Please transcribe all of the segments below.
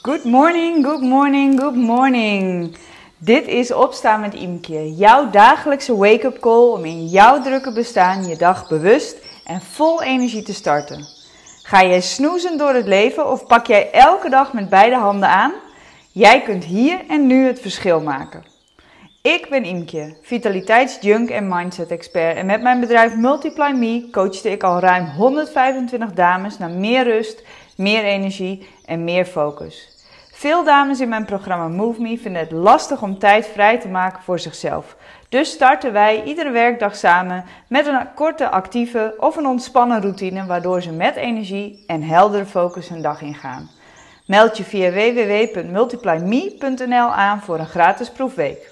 Good morning, good morning, good morning. Dit is Opstaan met Imke, jouw dagelijkse wake-up call om in jouw drukke bestaan je dag bewust en vol energie te starten. Ga jij snoezen door het leven of pak jij elke dag met beide handen aan? Jij kunt hier en nu het verschil maken. Ik ben Imke, vitaliteitsjunk en mindset expert en met mijn bedrijf Multiply Me coachte ik al ruim 125 dames naar meer rust, meer energie en meer focus. Veel dames in mijn programma Move Me vinden het lastig om tijd vrij te maken voor zichzelf. Dus starten wij iedere werkdag samen met een korte, actieve of een ontspannen routine waardoor ze met energie en heldere focus hun dag ingaan. Meld je via www.multiplyme.nl aan voor een gratis proefweek.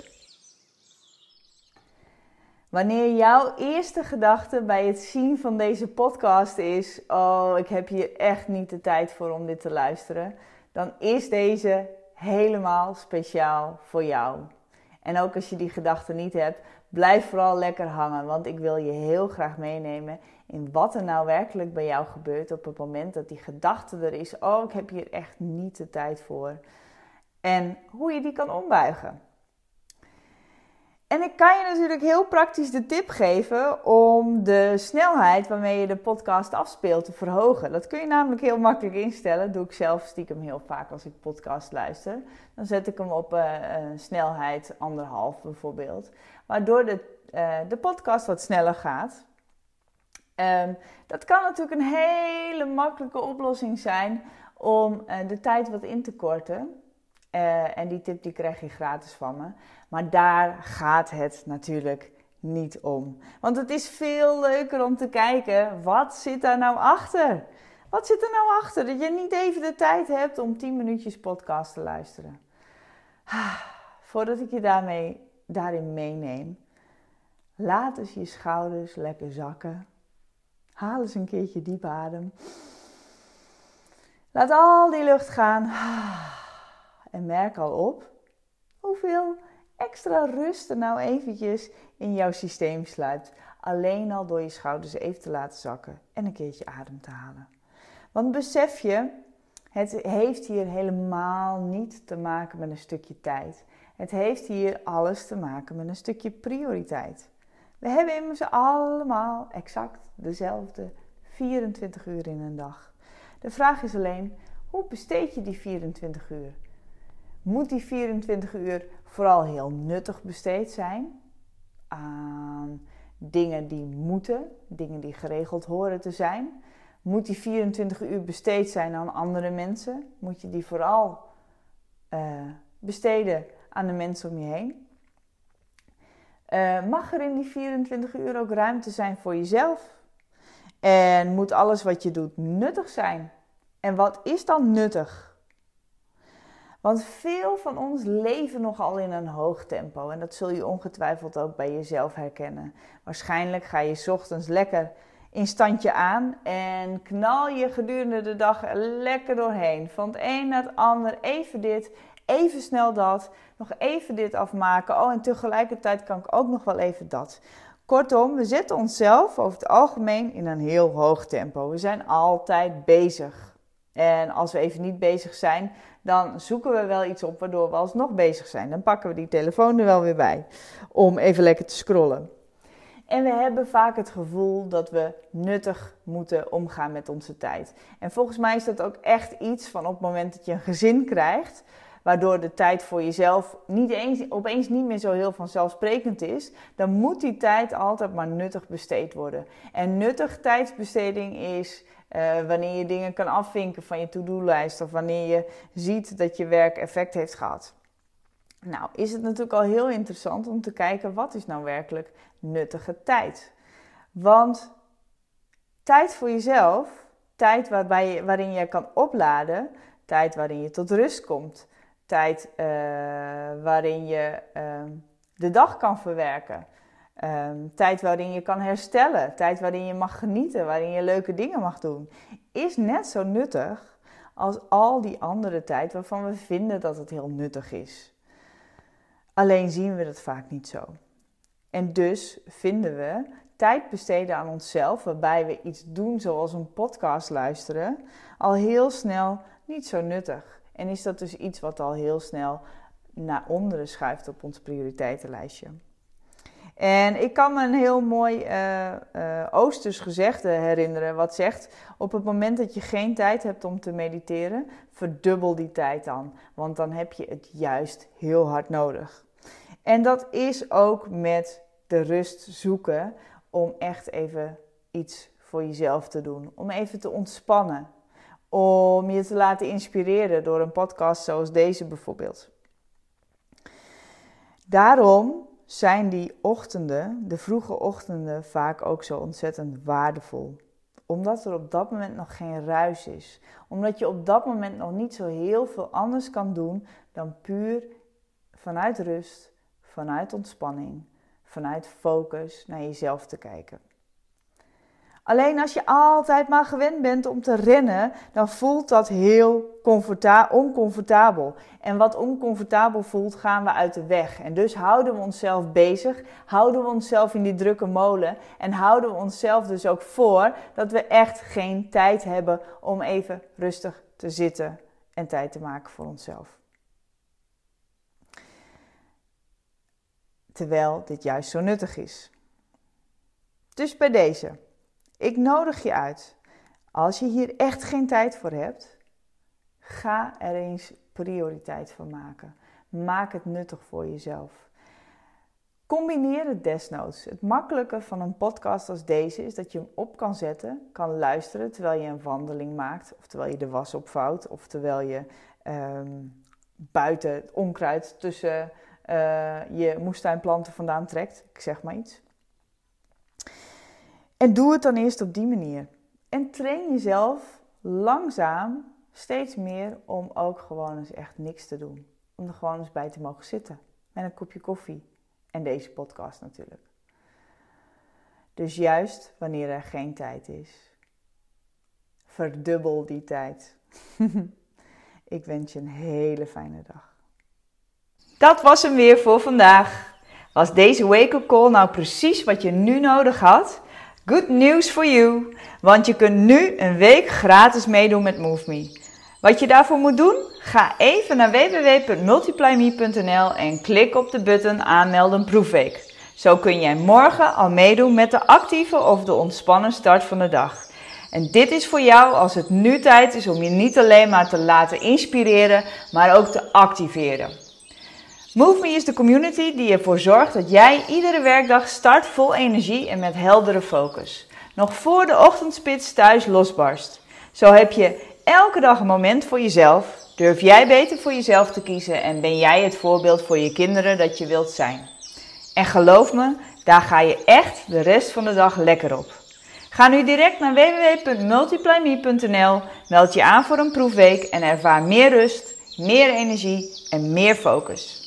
Wanneer jouw eerste gedachte bij het zien van deze podcast is: oh, ik heb hier echt niet de tijd voor om dit te luisteren, dan is deze helemaal speciaal voor jou. En ook als je die gedachte niet hebt, blijf vooral lekker hangen, want ik wil je heel graag meenemen in wat er nou werkelijk bij jou gebeurt op het moment dat die gedachte er is: oh, ik heb hier echt niet de tijd voor. En hoe je die kan ombuigen. En ik kan je natuurlijk heel praktisch de tip geven om de snelheid waarmee je de podcast afspeelt te verhogen. Dat kun je namelijk heel makkelijk instellen. Dat doe ik zelf stiekem heel vaak als ik podcast luister. Dan zet ik hem op snelheid 1,5 bijvoorbeeld. Waardoor de podcast wat sneller gaat. Dat kan natuurlijk een hele makkelijke oplossing zijn om de tijd wat in te korten. En die tip die krijg je gratis van me. Maar daar gaat het natuurlijk niet om. Want het is veel leuker om te kijken, wat zit daar nou achter? Wat zit er nou achter? Dat je niet even de tijd hebt om 10 minuutjes podcast te luisteren. Voordat ik je daarin meeneem, laat eens je schouders lekker zakken. Haal eens een keertje diep adem. Laat al die lucht gaan. En merk al op hoeveel extra rust er nou eventjes in jouw systeem sluipt. Alleen al door je schouders even te laten zakken en een keertje adem te halen. Want besef je, het heeft hier helemaal niet te maken met een stukje tijd. Het heeft hier alles te maken met een stukje prioriteit. We hebben immers allemaal exact dezelfde 24 uur in een dag. De vraag is alleen, hoe besteed je die 24 uur? Moet die 24 uur vooral heel nuttig besteed zijn aan dingen die moeten, dingen die geregeld horen te zijn? Moet die 24 uur besteed zijn aan andere mensen? Moet je die vooral besteden aan de mensen om je heen? Mag er in die 24 uur ook ruimte zijn voor jezelf? En moet alles wat je doet nuttig zijn? En wat is dan nuttig? Want veel van ons leven nogal in een hoog tempo. En dat zul je ongetwijfeld ook bij jezelf herkennen. Waarschijnlijk ga je 's ochtends lekker in standje aan. En knal je gedurende de dag lekker doorheen. Van het een naar het ander. Even dit, even snel dat. Nog even dit afmaken. Oh, en tegelijkertijd kan ik ook nog wel even dat. Kortom, we zetten onszelf over het algemeen in een heel hoog tempo. We zijn altijd bezig. En als we even niet bezig zijn, dan zoeken we wel iets op waardoor we alsnog bezig zijn. Dan pakken we die telefoon er wel weer bij om even lekker te scrollen. En we hebben vaak het gevoel dat we nuttig moeten omgaan met onze tijd. En volgens mij is dat ook echt iets van op het moment dat je een gezin krijgt, waardoor de tijd voor jezelf opeens niet meer zo heel vanzelfsprekend is, dan moet die tijd altijd maar nuttig besteed worden. En nuttig tijdsbesteding is wanneer je dingen kan afvinken van je to-do-lijst of wanneer je ziet dat je werk effect heeft gehad. Nou, is het natuurlijk al heel interessant om te kijken wat is nou werkelijk nuttige tijd. Want tijd voor jezelf, tijd waarin je kan opladen, tijd waarin je tot rust komt, tijd waarin je de dag kan verwerken. Tijd waarin je kan herstellen, tijd waarin je mag genieten, waarin je leuke dingen mag doen, is net zo nuttig als al die andere tijd waarvan we vinden dat het heel nuttig is. Alleen zien we dat vaak niet zo. En dus vinden we tijd besteden aan onszelf, waarbij we iets doen zoals een podcast luisteren, al heel snel niet zo nuttig. En is dat dus iets wat al heel snel naar onderen schuift op ons prioriteitenlijstje. En ik kan me een heel mooi Oosters gezegde herinneren. Wat zegt, op het moment dat je geen tijd hebt om te mediteren, verdubbel die tijd dan. Want dan heb je het juist heel hard nodig. En dat is ook met de rust zoeken om echt even iets voor jezelf te doen. Om even te ontspannen. Om je te laten inspireren door een podcast zoals deze bijvoorbeeld. Daarom zijn die ochtenden, de vroege ochtenden, vaak ook zo ontzettend waardevol. Omdat er op dat moment nog geen ruis is. Omdat je op dat moment nog niet zo heel veel anders kan doen dan puur vanuit rust, vanuit ontspanning, vanuit focus naar jezelf te kijken. Alleen als je altijd maar gewend bent om te rennen, dan voelt dat heel oncomfortabel. En wat oncomfortabel voelt, gaan we uit de weg. En dus houden we onszelf bezig, houden we onszelf in die drukke molen en houden we onszelf dus ook voor dat we echt geen tijd hebben om even rustig te zitten en tijd te maken voor onszelf. Terwijl dit juist zo nuttig is. Dus bij deze. Ik nodig je uit, als je hier echt geen tijd voor hebt, ga er eens prioriteit van maken. Maak het nuttig voor jezelf. Combineer het desnoods. Het makkelijke van een podcast als deze is dat je hem op kan zetten, kan luisteren terwijl je een wandeling maakt, of terwijl je de was opvouwt, of terwijl je buiten het onkruid tussen je moestuinplanten vandaan trekt. Ik zeg maar iets. En doe het dan eerst op die manier. En train jezelf langzaam steeds meer om ook gewoon eens echt niks te doen. Om er gewoon eens bij te mogen zitten. Met een kopje koffie. En deze podcast natuurlijk. Dus juist wanneer er geen tijd is. Verdubbel die tijd. Ik wens je een hele fijne dag. Dat was hem weer voor vandaag. Was deze wake-up call nou precies wat je nu nodig had? Good news for you, want je kunt nu een week gratis meedoen met Move Me. Wat je daarvoor moet doen? Ga even naar www.multiplyme.nl en klik op de button aanmelden proefweek. Zo kun jij morgen al meedoen met de actieve of de ontspannen start van de dag. En dit is voor jou als het nu tijd is om je niet alleen maar te laten inspireren, maar ook te activeren. Move Me is de community die ervoor zorgt dat jij iedere werkdag start vol energie en met heldere focus. Nog voor de ochtendspits thuis losbarst. Zo heb je elke dag een moment voor jezelf, durf jij beter voor jezelf te kiezen en ben jij het voorbeeld voor je kinderen dat je wilt zijn. En geloof me, daar ga je echt de rest van de dag lekker op. Ga nu direct naar www.multiplyme.nl, meld je aan voor een proefweek en ervaar meer rust, meer energie en meer focus.